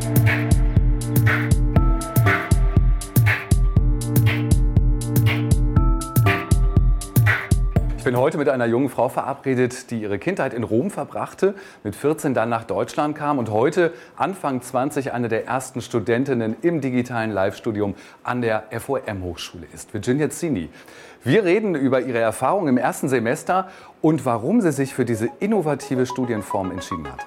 Ich bin heute mit einer jungen Frau verabredet, die ihre Kindheit in Rom verbrachte, mit 14 dann nach Deutschland kam und heute, Anfang 20, eine der ersten Studentinnen im digitalen Live-Studium an der FOM-Hochschule ist, Virginia Zini. Wir reden über ihre Erfahrungen im ersten Semester und warum sie sich für diese innovative Studienform entschieden hat.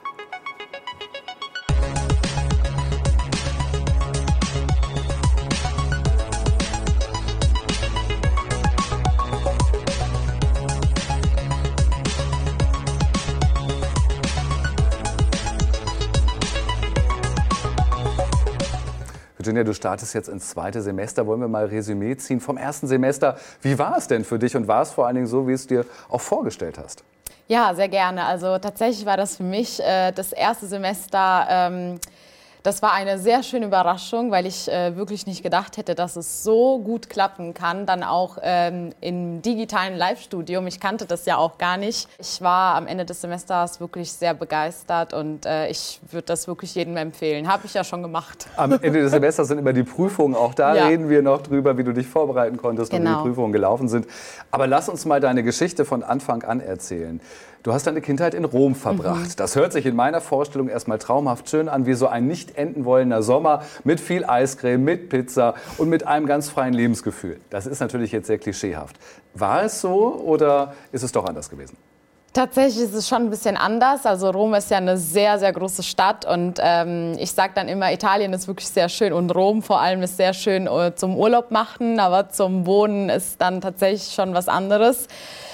Virginia, du startest jetzt ins zweite Semester. Wollen wir mal Resümee ziehen vom ersten Semester? Wie war es denn für dich und war es vor allen Dingen so, wie es dir auch vorgestellt hast? Ja, sehr gerne. Also tatsächlich war das für mich das erste Semester. Das war eine sehr schöne Überraschung, weil ich wirklich nicht gedacht hätte, dass es so gut klappen kann, dann auch im digitalen Live-Studium. Ich kannte das ja auch gar nicht. Ich war am Ende des Semesters wirklich sehr begeistert und ich würde das wirklich jedem empfehlen. Habe ich ja schon gemacht. Am Ende des Semesters sind immer die Prüfungen. Auch da reden wir noch drüber, wie du dich vorbereiten konntest und wie die Prüfungen gelaufen sind. Aber lass uns mal deine Geschichte von Anfang an erzählen. Du hast deine Kindheit in Rom verbracht. Das hört sich in meiner Vorstellung erstmal traumhaft schön an, wie so ein nicht enden wollender Sommer mit viel Eiscreme, mit Pizza und mit einem ganz freien Lebensgefühl. Das ist natürlich jetzt sehr klischeehaft. War es so oder ist es doch anders gewesen? Tatsächlich ist es schon ein bisschen anders. Also Rom ist ja eine sehr, sehr große Stadt und ich sage dann immer, Italien ist wirklich sehr schön und Rom vor allem ist sehr schön zum Urlaub machen, aber zum Wohnen ist dann tatsächlich schon was anderes.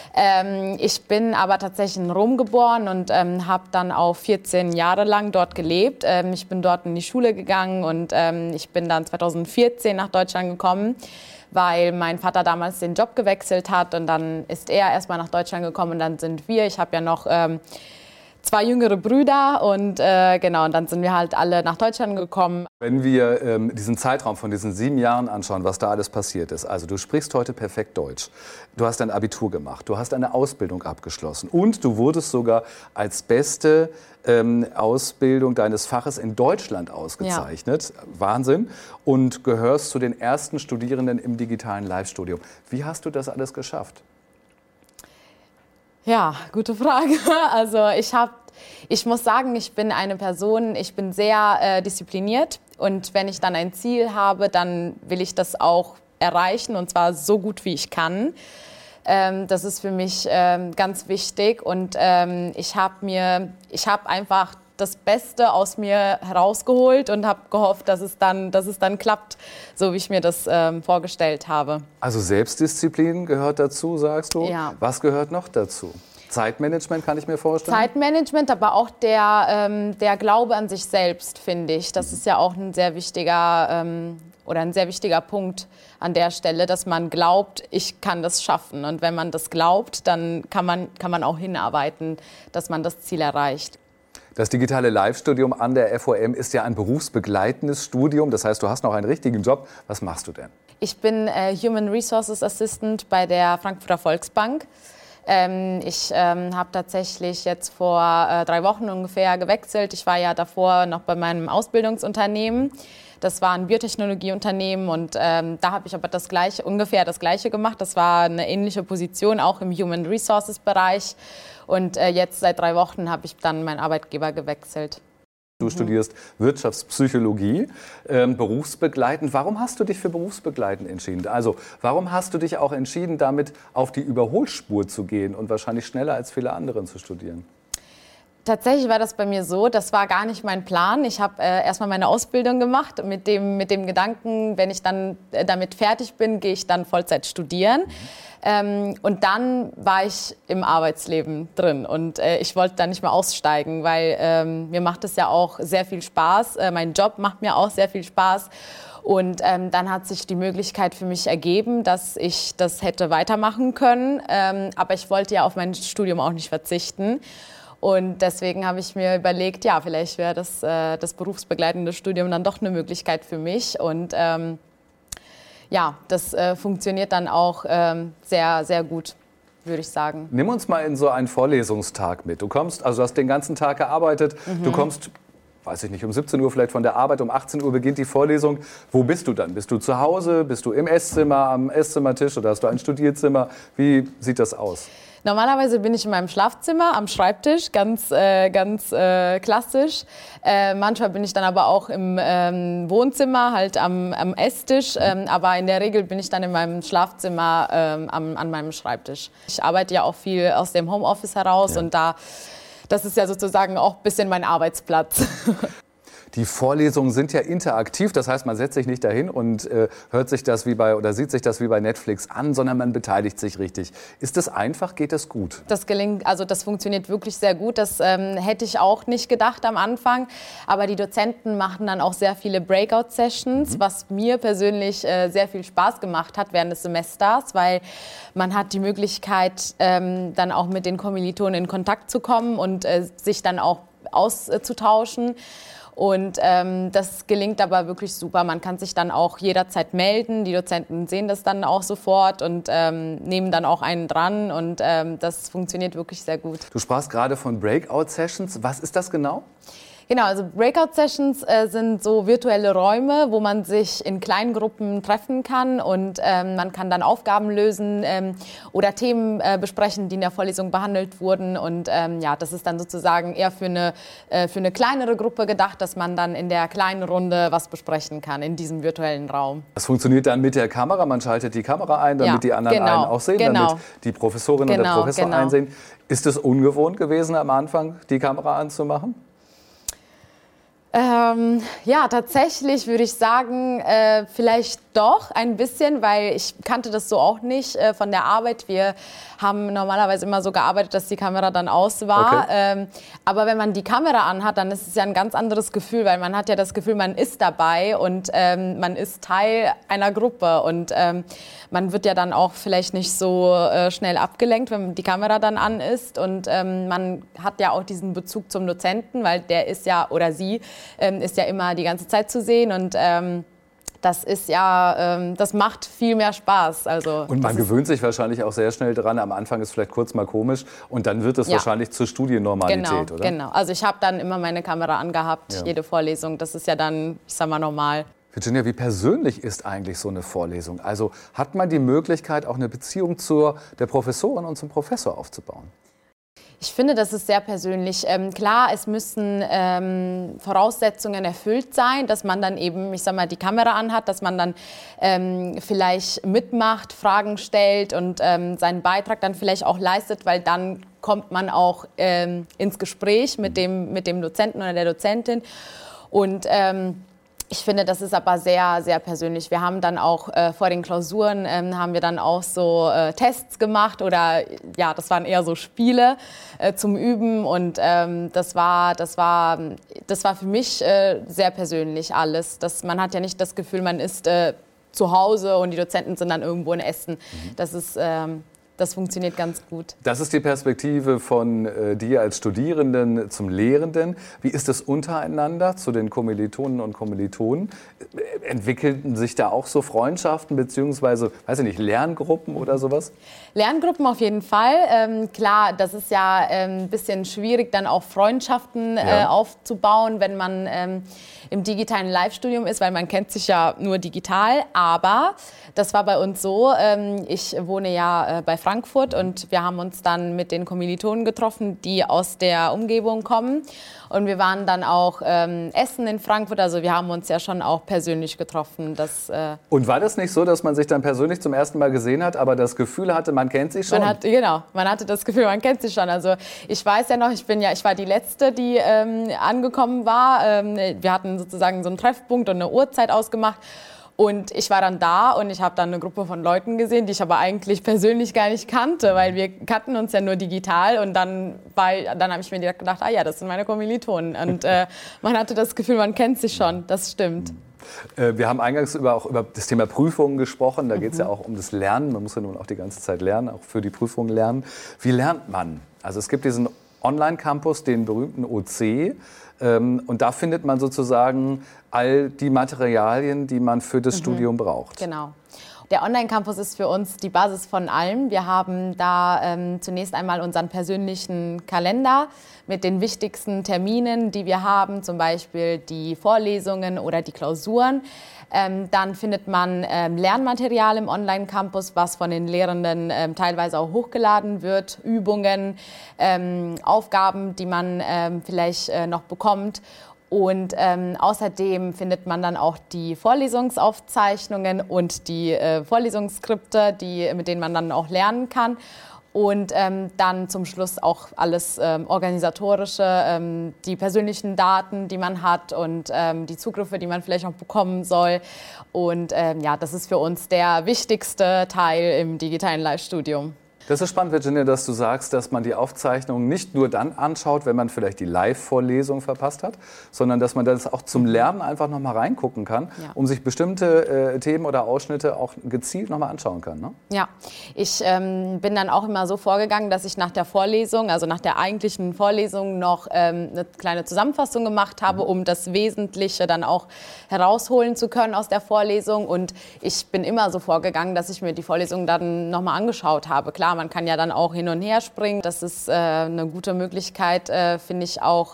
Ich bin aber tatsächlich in Rom geboren und habe dann auch 14 Jahre lang dort gelebt. Ich bin dort in die Schule gegangen und ich bin dann 2014 nach Deutschland gekommen, weil mein Vater damals den Job gewechselt hat und dann ist er erstmal nach Deutschland gekommen und dann sind wir, ich habe ja noch zwei jüngere Brüder und genau, und dann sind wir halt alle nach Deutschland gekommen. Wenn wir diesen Zeitraum von diesen 7 Jahren anschauen, was da alles passiert ist, also du sprichst heute perfekt Deutsch, du hast ein Abitur gemacht, du hast eine Ausbildung abgeschlossen und du wurdest sogar als beste Ausbildung deines Faches in Deutschland ausgezeichnet. Ja. Wahnsinn. Und gehörst zu den ersten Studierenden im digitalen Live-Studium. Wie hast du das alles geschafft? Ja, gute Frage. Also ich muss sagen, ich bin eine Person, ich bin sehr diszipliniert und wenn ich dann ein Ziel habe, dann will ich das auch erreichen und zwar so gut wie ich kann. Das ist für mich ganz wichtig und ich habe einfach das Beste aus mir herausgeholt und habe gehofft, dass es dann klappt, so wie ich mir das vorgestellt habe. Also Selbstdisziplin gehört dazu, sagst du? Ja. Was gehört noch dazu? Zeitmanagement kann ich mir vorstellen? Zeitmanagement, aber auch der Glaube an sich selbst, finde ich. Das ist ja auch ein sehr wichtiger Punkt an der Stelle, dass man glaubt, ich kann das schaffen. Und wenn man das glaubt, dann kann man auch hinarbeiten, dass man das Ziel erreicht. Das digitale Live-Studium an der FOM ist ja ein berufsbegleitendes Studium. Das heißt, du hast noch einen richtigen Job. Was machst du denn? Ich bin Human Resources Assistant bei der Frankfurter Volksbank. Ich habe tatsächlich jetzt vor 3 Wochen ungefähr gewechselt. Ich war ja davor noch bei meinem Ausbildungsunternehmen. Das war ein Biotechnologieunternehmen und da habe ich aber ungefähr das Gleiche gemacht. Das war eine ähnliche Position, auch im Human Resources Bereich. Und jetzt seit 3 Wochen habe ich dann meinen Arbeitgeber gewechselt. Du studierst Wirtschaftspsychologie, berufsbegleitend. Warum hast du dich für berufsbegleitend entschieden? Also warum hast du dich auch entschieden, damit auf die Überholspur zu gehen und wahrscheinlich schneller als viele andere zu studieren? Tatsächlich war das bei mir so, das war gar nicht mein Plan. Ich habe erstmal meine Ausbildung gemacht mit dem Gedanken, wenn ich dann damit fertig bin, gehe ich dann Vollzeit studieren. Und dann war ich im Arbeitsleben drin und ich wollte dann nicht mehr aussteigen, weil mir macht es ja auch sehr viel Spaß. Mein Job macht mir auch sehr viel Spaß. Und dann hat sich die Möglichkeit für mich ergeben, dass ich das hätte weitermachen können. Aber ich wollte ja auf mein Studium auch nicht verzichten. Und deswegen habe ich mir überlegt, ja, vielleicht wäre das berufsbegleitende Studium dann doch eine Möglichkeit für mich. Und ja, das funktioniert dann auch sehr, sehr gut, würde ich sagen. Nimm uns mal in so einen Vorlesungstag mit. Du hast den ganzen Tag gearbeitet, du kommst weiß ich nicht, um 17 Uhr vielleicht von der Arbeit, um 18 Uhr beginnt die Vorlesung. Wo bist du dann? Bist du zu Hause? Bist du im Esszimmer, am Esszimmertisch oder hast du ein Studierzimmer? Wie sieht das aus? Normalerweise bin ich in meinem Schlafzimmer am Schreibtisch, ganz klassisch. Manchmal bin ich dann aber auch im Wohnzimmer, halt am Esstisch. Aber in der Regel bin ich dann in meinem Schlafzimmer an meinem Schreibtisch. Ich arbeite ja auch viel aus dem Homeoffice heraus und das ist ja sozusagen auch ein bisschen mein Arbeitsplatz. Die Vorlesungen sind ja interaktiv, das heißt, man setzt sich nicht dahin und hört sich das sieht sich das wie bei Netflix an, sondern man beteiligt sich richtig. Ist das einfach? Geht das gut? Das gelingt, also das funktioniert wirklich sehr gut. Das hätte ich auch nicht gedacht am Anfang. Aber die Dozenten machen dann auch sehr viele Breakout-Sessions, was mir persönlich sehr viel Spaß gemacht hat während des Semesters, weil man hat die Möglichkeit, dann auch mit den Kommilitonen in Kontakt zu kommen und sich dann auch auszutauschen. Und das gelingt aber wirklich super. Man kann sich dann auch jederzeit melden. Die Dozenten sehen das dann auch sofort und nehmen dann auch einen dran. Und das funktioniert wirklich sehr gut. Du sprachst gerade von Breakout-Sessions. Was ist das genau? Genau, also Breakout-Sessions sind so virtuelle Räume, wo man sich in kleinen Gruppen treffen kann und man kann dann Aufgaben lösen oder Themen besprechen, die in der Vorlesung behandelt wurden. Und das ist dann sozusagen eher für eine kleinere Gruppe gedacht, dass man dann in der kleinen Runde was besprechen kann in diesem virtuellen Raum. Das funktioniert dann mit der Kamera. Man schaltet die Kamera ein, damit die anderen einen auch sehen, damit die Professorin und der Professor einsehen. Ist es ungewohnt gewesen, am Anfang die Kamera anzumachen? Ja, tatsächlich würde ich sagen, vielleicht doch ein bisschen, weil ich kannte das so auch nicht von der Arbeit. Wir haben normalerweise immer so gearbeitet, dass die Kamera dann aus war. Okay. Aber wenn man die Kamera anhat, dann ist es ja ein ganz anderes Gefühl, weil man hat ja das Gefühl, man ist dabei und man ist Teil einer Gruppe und man wird ja dann auch vielleicht nicht so schnell abgelenkt, wenn die Kamera dann an ist und man hat ja auch diesen Bezug zum Dozenten, weil der ist ja, oder sie, ist ja immer die ganze Zeit zu sehen und das ist ja, das macht viel mehr Spaß. Also, und man gewöhnt sich wahrscheinlich auch sehr schnell dran. Am Anfang ist es vielleicht kurz mal komisch und dann wird es wahrscheinlich zur Studiennormalität, oder? Genau. Also ich habe dann immer meine Kamera angehabt, jede Vorlesung. Das ist ja dann, ich sag mal, normal. Virginia, wie persönlich ist eigentlich so eine Vorlesung? Also hat man die Möglichkeit, auch eine Beziehung zu der Professorin und zum Professor aufzubauen? Ich finde, das ist sehr persönlich. Klar, es müssen Voraussetzungen erfüllt sein, dass man dann eben, ich sag mal, die Kamera anhat, dass man dann vielleicht mitmacht, Fragen stellt und seinen Beitrag dann vielleicht auch leistet, weil dann kommt man auch ins Gespräch mit dem Dozenten oder der Dozentin. Und ich finde, das ist aber sehr, sehr persönlich. Wir haben dann auch vor den Klausuren haben wir dann auch so Tests gemacht oder ja, das waren eher so Spiele zum Üben und das war für mich sehr persönlich alles. Man hat ja nicht das Gefühl, man ist zu Hause und die Dozenten sind dann irgendwo in Essen. Das funktioniert ganz gut. Das ist die Perspektive von dir als Studierenden zum Lehrenden. Wie ist es untereinander zu den Kommilitonen und Kommilitonen? Entwickelten sich da auch so Freundschaften beziehungsweise, weiß ich nicht, Lerngruppen oder sowas? Lerngruppen auf jeden Fall. Klar, das ist ja ein bisschen schwierig, dann auch Freundschaften aufzubauen, wenn man im digitalen Live-Studium ist, weil man kennt sich ja nur digital. Aber das war bei uns so, ich wohne ja bei Frankfurt und wir haben uns dann mit den Kommilitonen getroffen, die aus der Umgebung kommen. Und wir waren dann auch essen in Frankfurt, also wir haben uns ja schon auch persönlich getroffen. Und war das nicht so, dass man sich dann persönlich zum ersten Mal gesehen hat, aber das Gefühl hatte, man kennt sich schon? Man hatte das Gefühl, man kennt sich schon. Also ich weiß ja noch, ich war die Letzte, die angekommen war. Wir hatten sozusagen so einen Treffpunkt und eine Uhrzeit ausgemacht. Und ich war dann da und ich habe dann eine Gruppe von Leuten gesehen, die ich aber eigentlich persönlich gar nicht kannte, weil wir kannten uns ja nur digital. Und dann habe ich mir direkt gedacht, das sind meine Kommilitonen. Und man hatte das Gefühl, man kennt sich schon, das stimmt. Wir haben eingangs auch über das Thema Prüfungen gesprochen. Da geht es ja auch um das Lernen. Man muss ja nun auch die ganze Zeit lernen, auch für die Prüfungen lernen. Wie lernt man? Also es gibt diesen Online-Campus, den berühmten OC. Und da findet man sozusagen all die Materialien, die man für das Studium braucht. Genau. Der Online-Campus ist für uns die Basis von allem. Wir haben da zunächst einmal unseren persönlichen Kalender mit den wichtigsten Terminen, die wir haben, zum Beispiel die Vorlesungen oder die Klausuren. Dann findet man Lernmaterial im Online-Campus, was von den Lehrenden teilweise auch hochgeladen wird, Übungen, Aufgaben, die man vielleicht noch bekommt. Und außerdem findet man dann auch die Vorlesungsaufzeichnungen und die Vorlesungsskripte, mit denen man dann auch lernen kann. Und dann zum Schluss auch alles Organisatorische, die persönlichen Daten, die man hat und die Zugriffe, die man vielleicht noch bekommen soll. Und ja, das ist für uns der wichtigste Teil im digitalen Live-Studium. Das ist spannend, Virginia, dass du sagst, dass man die Aufzeichnungen nicht nur dann anschaut, wenn man vielleicht die Live-Vorlesung verpasst hat, sondern dass man das auch zum Lernen einfach noch mal reingucken kann, um sich bestimmte Themen oder Ausschnitte auch gezielt noch mal anschauen kann. Ne? Ja, ich bin dann auch immer so vorgegangen, dass ich nach der Vorlesung, also nach der eigentlichen Vorlesung, noch eine kleine Zusammenfassung gemacht habe, um das Wesentliche dann auch herausholen zu können aus der Vorlesung. Und ich bin immer so vorgegangen, dass ich mir die Vorlesung dann noch mal angeschaut habe. Klar, man kann ja dann auch hin und her springen. Das ist eine gute Möglichkeit, finde ich auch,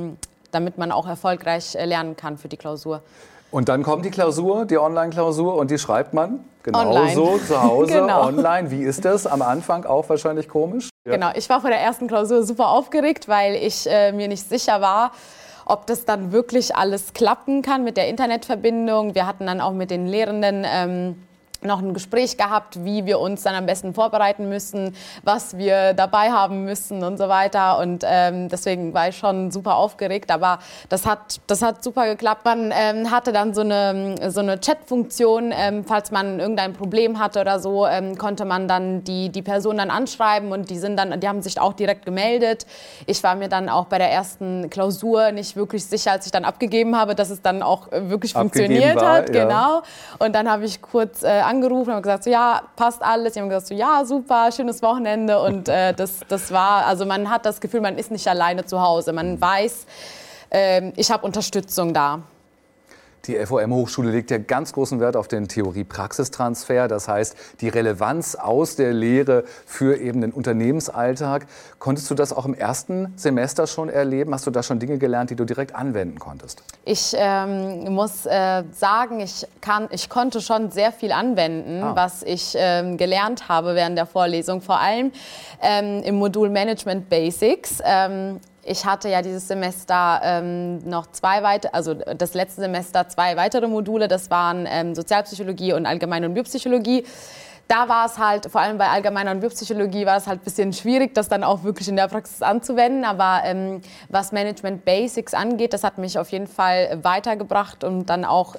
damit man auch erfolgreich lernen kann für die Klausur. Und dann kommt die Klausur, die Online-Klausur, und die schreibt man online. So zu Hause, Genau. online. Wie ist das? Am Anfang auch wahrscheinlich komisch? Ja. Genau, ich war vor der ersten Klausur super aufgeregt, weil ich mir nicht sicher war, ob das dann wirklich alles klappen kann mit der Internetverbindung. Wir hatten dann auch mit den Lehrenden noch ein Gespräch gehabt, wie wir uns dann am besten vorbereiten müssen, was wir dabei haben müssen und so weiter. Und deswegen war ich schon super aufgeregt, aber das hat super geklappt. Man hatte dann so eine Chat-Funktion, falls man irgendein Problem hatte oder so, konnte man dann die Person dann anschreiben und die haben sich auch direkt gemeldet. Ich war mir dann auch bei der ersten Klausur nicht wirklich sicher, als ich dann abgegeben habe, dass es dann auch wirklich funktioniert hat. Ja. Genau. Und dann habe ich kurz angerufen und gesagt, so, ja, passt alles. Die haben gesagt, so, ja, super, schönes Wochenende. Und das war, also man hat das Gefühl, man ist nicht alleine zu Hause. Man weiß, ich habe Unterstützung da. Die FOM-Hochschule legt ja ganz großen Wert auf den Theorie-Praxistransfer. Das heißt, die Relevanz aus der Lehre für eben den Unternehmensalltag. Konntest du das auch im ersten Semester schon erleben? Hast du da schon Dinge gelernt, die du direkt anwenden konntest? Ich muss sagen, ich konnte schon sehr viel anwenden, was ich gelernt habe während der Vorlesung. Vor allem im Modul Management Basics. Ich hatte ja dieses Semester noch das letzte Semester 2 weitere Module. Das waren Sozialpsychologie und Allgemeine und Biopsychologie. Da war es halt, vor allem bei Allgemeiner und Biopsychologie, war es halt ein bisschen schwierig, das dann auch wirklich in der Praxis anzuwenden. Aber was Management Basics angeht, das hat mich auf jeden Fall weitergebracht und dann auch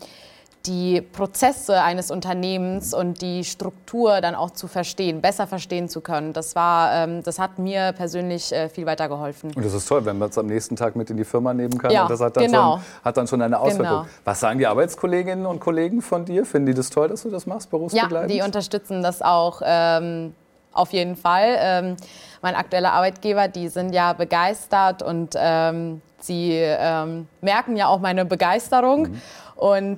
die Prozesse eines Unternehmens und die Struktur dann auch zu verstehen, besser verstehen zu können. Das hat mir persönlich viel weitergeholfen. Und das ist toll, wenn man es am nächsten Tag mit in die Firma nehmen kann. Ja, und das hat dann schon eine Auswirkung. Genau. Was sagen die Arbeitskolleginnen und Kollegen von dir? Finden die das toll, dass du das machst, berufsbegleitend? Ja, die unterstützen das auch auf jeden Fall. Mein aktueller Arbeitgeber, die sind ja begeistert und sie merken ja auch meine Begeisterung. Und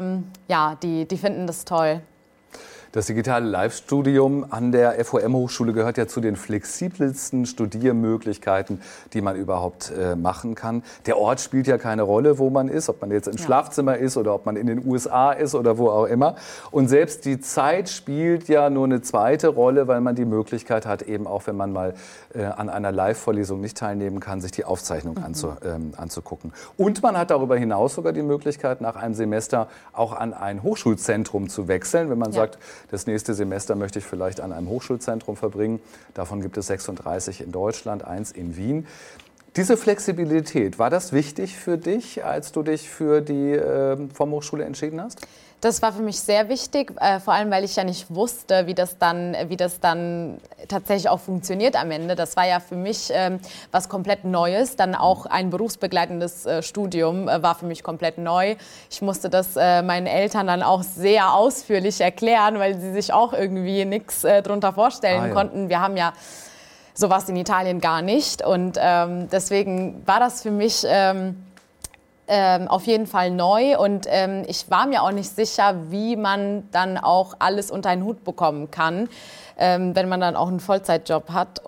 die finden das toll. Das digitale Live-Studium an der FOM-Hochschule gehört ja zu den flexibelsten Studiermöglichkeiten, die man überhaupt machen kann. Der Ort spielt ja keine Rolle, wo man ist, ob man jetzt im Schlafzimmer ist oder ob man in den USA ist oder wo auch immer. Und selbst die Zeit spielt ja nur eine zweite Rolle, weil man die Möglichkeit hat, eben auch wenn man mal an einer Live-Vorlesung nicht teilnehmen kann, sich die Aufzeichnung anzugucken. Und man hat darüber hinaus sogar die Möglichkeit, nach einem Semester auch an ein Hochschulzentrum zu wechseln, wenn man sagt, das nächste Semester möchte ich vielleicht an einem Hochschulzentrum verbringen. Davon gibt es 36 in Deutschland, 1 in Wien. Diese Flexibilität, war das wichtig für dich, als du dich für die FOM-Hochschule entschieden hast? Das war für mich sehr wichtig, vor allem, weil ich ja nicht wusste, wie das dann tatsächlich auch funktioniert am Ende. Das war ja für mich was komplett Neues. Dann auch ein berufsbegleitendes Studium war für mich komplett neu. Ich musste das meinen Eltern dann auch sehr ausführlich erklären, weil sie sich auch irgendwie nichts drunter vorstellen konnten. Wir haben ja sowas in Italien gar nicht. Und deswegen war das für mich auf jeden Fall neu und ich war mir auch nicht sicher, wie man dann auch alles unter einen Hut bekommen kann, wenn man dann auch einen Vollzeitjob hat.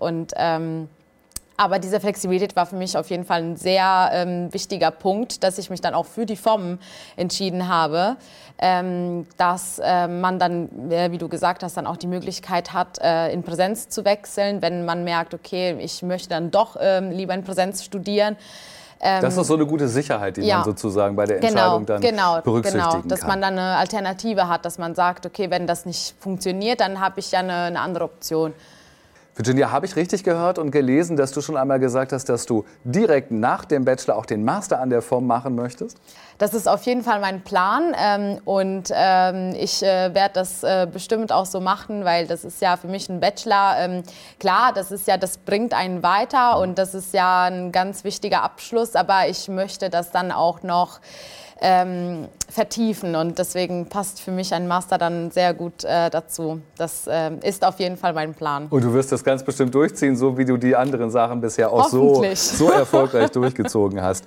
Aber diese Flexibilität war für mich auf jeden Fall ein sehr wichtiger Punkt, dass ich mich dann auch für die FOM entschieden habe, dass man dann, wie du gesagt hast, dann auch die Möglichkeit hat, in Präsenz zu wechseln, wenn man merkt, okay, ich möchte dann doch lieber in Präsenz studieren. Das ist so eine gute Sicherheit, die man sozusagen bei der Entscheidung dann berücksichtigen kann. Dass man dann eine Alternative hat, dass man sagt, okay, wenn das nicht funktioniert, dann habe ich ja eine andere Option. Virginia, habe ich richtig gehört und gelesen, dass du schon einmal gesagt hast, dass du direkt nach dem Bachelor auch den Master an der FOM machen möchtest? Das ist auf jeden Fall mein Plan ich werde das bestimmt auch so machen, weil das ist ja für mich ein Bachelor. Klar, das bringt einen weiter und das ist ja ein ganz wichtiger Abschluss, aber ich möchte das dann auch noch vertiefen und deswegen passt für mich ein Master dann sehr gut dazu. Das ist auf jeden Fall mein Plan. Und du wirst das ganz bestimmt durchziehen, so wie du die anderen Sachen bisher auch so erfolgreich durchgezogen hast.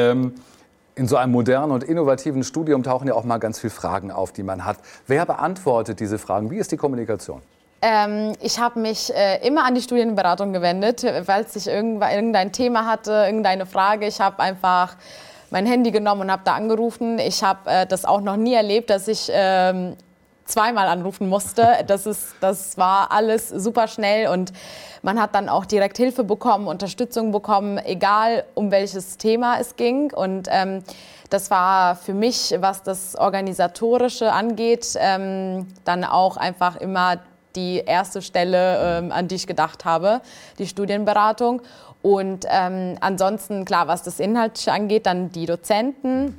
In so einem modernen und innovativen Studium tauchen ja auch mal ganz viele Fragen auf, die man hat. Wer beantwortet diese Fragen? Wie ist die Kommunikation? Ich habe mich immer an die Studienberatung gewendet, weil ich irgendein Thema hatte, irgendeine Frage. Ich habe einfach mein Handy genommen und habe da angerufen. Ich habe das auch noch nie erlebt, dass ich zweimal anrufen musste. Das war alles super schnell und man hat dann auch direkt Hilfe bekommen, Unterstützung bekommen, egal um welches Thema es ging. Und das war für mich, was das Organisatorische angeht, dann auch einfach immer die erste Stelle, an die ich gedacht habe, die Studienberatung. Und ansonsten, klar, was das Inhaltliche angeht, dann die Dozenten.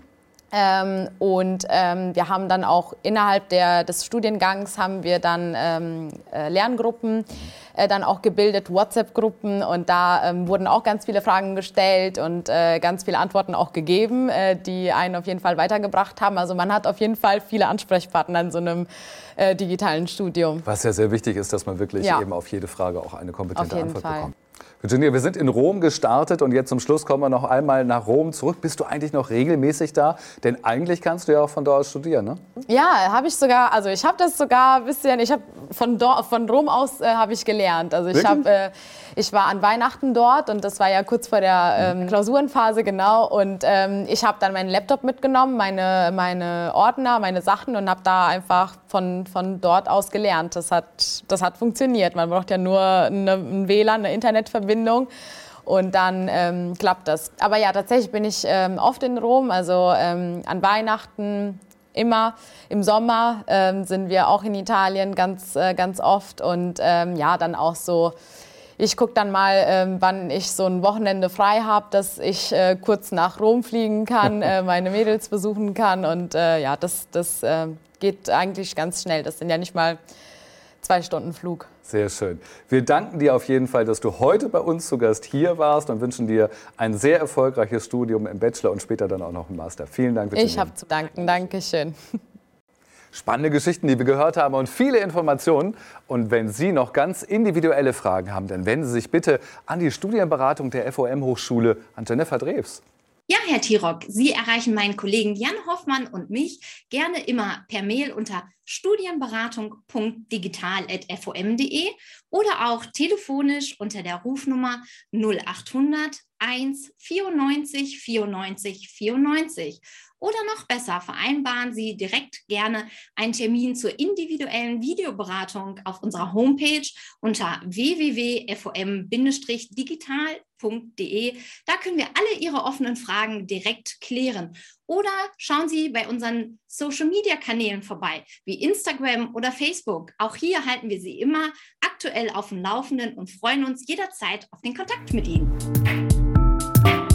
Wir haben dann auch innerhalb des Studiengangs haben wir dann Lerngruppen dann auch gebildet, WhatsApp-Gruppen. Und da wurden auch ganz viele Fragen gestellt und ganz viele Antworten auch gegeben, die einen auf jeden Fall weitergebracht haben. Also man hat auf jeden Fall viele Ansprechpartner in so einem digitalen Studium. Was ja sehr wichtig ist, dass man wirklich eben auf jede Frage auch eine kompetente Antwort bekommt. Virginia, wir sind in Rom gestartet und jetzt zum Schluss kommen wir noch einmal nach Rom zurück. Bist du eigentlich noch regelmäßig da? Denn eigentlich kannst du ja auch von dort aus studieren, ne? Ja, habe ich sogar. Also ich habe das sogar ein bisschen. Ich habe von Rom aus habe ich gelernt. Also ich war an Weihnachten dort und das war ja kurz vor der Klausurenphase, genau. Und ich habe dann meinen Laptop mitgenommen, meine Ordner, meine Sachen und habe da einfach von dort aus gelernt. Das hat funktioniert. Man braucht ja nur ein WLAN, eine Internetverbindung. Und dann klappt das. Aber ja, tatsächlich bin ich oft in Rom, also an Weihnachten immer. Im Sommer sind wir auch in Italien ganz oft und dann auch so, ich gucke dann mal, wann ich so ein Wochenende frei habe, dass ich kurz nach Rom fliegen kann, meine Mädels besuchen kann und das geht eigentlich ganz schnell. Das sind ja nicht mal 2 Stunden Flug. Sehr schön. Wir danken dir auf jeden Fall, dass du heute bei uns zu Gast hier warst und wünschen dir ein sehr erfolgreiches Studium im Bachelor und später dann auch noch im Master. Vielen Dank. Ich habe zu danken. Dankeschön. Spannende Geschichten, die wir gehört haben und viele Informationen. Und wenn Sie noch ganz individuelle Fragen haben, dann wenden Sie sich bitte an die Studienberatung der FOM-Hochschule, an Jennifer Drews. Ja, Herr Tirock, Sie erreichen meinen Kollegen Jan Hoffmann und mich gerne immer per Mail unter studienberatung.digital@fom.de oder auch telefonisch unter der Rufnummer 0800 1 94 94 94. Oder noch besser, vereinbaren Sie direkt gerne einen Termin zur individuellen Videoberatung auf unserer Homepage unter www.fom-digital.de. Da können wir alle Ihre offenen Fragen direkt klären. Oder schauen Sie bei unseren Social-Media-Kanälen vorbei, wie Instagram oder Facebook. Auch hier halten wir Sie immer aktuell auf dem Laufenden und freuen uns jederzeit auf den Kontakt mit Ihnen.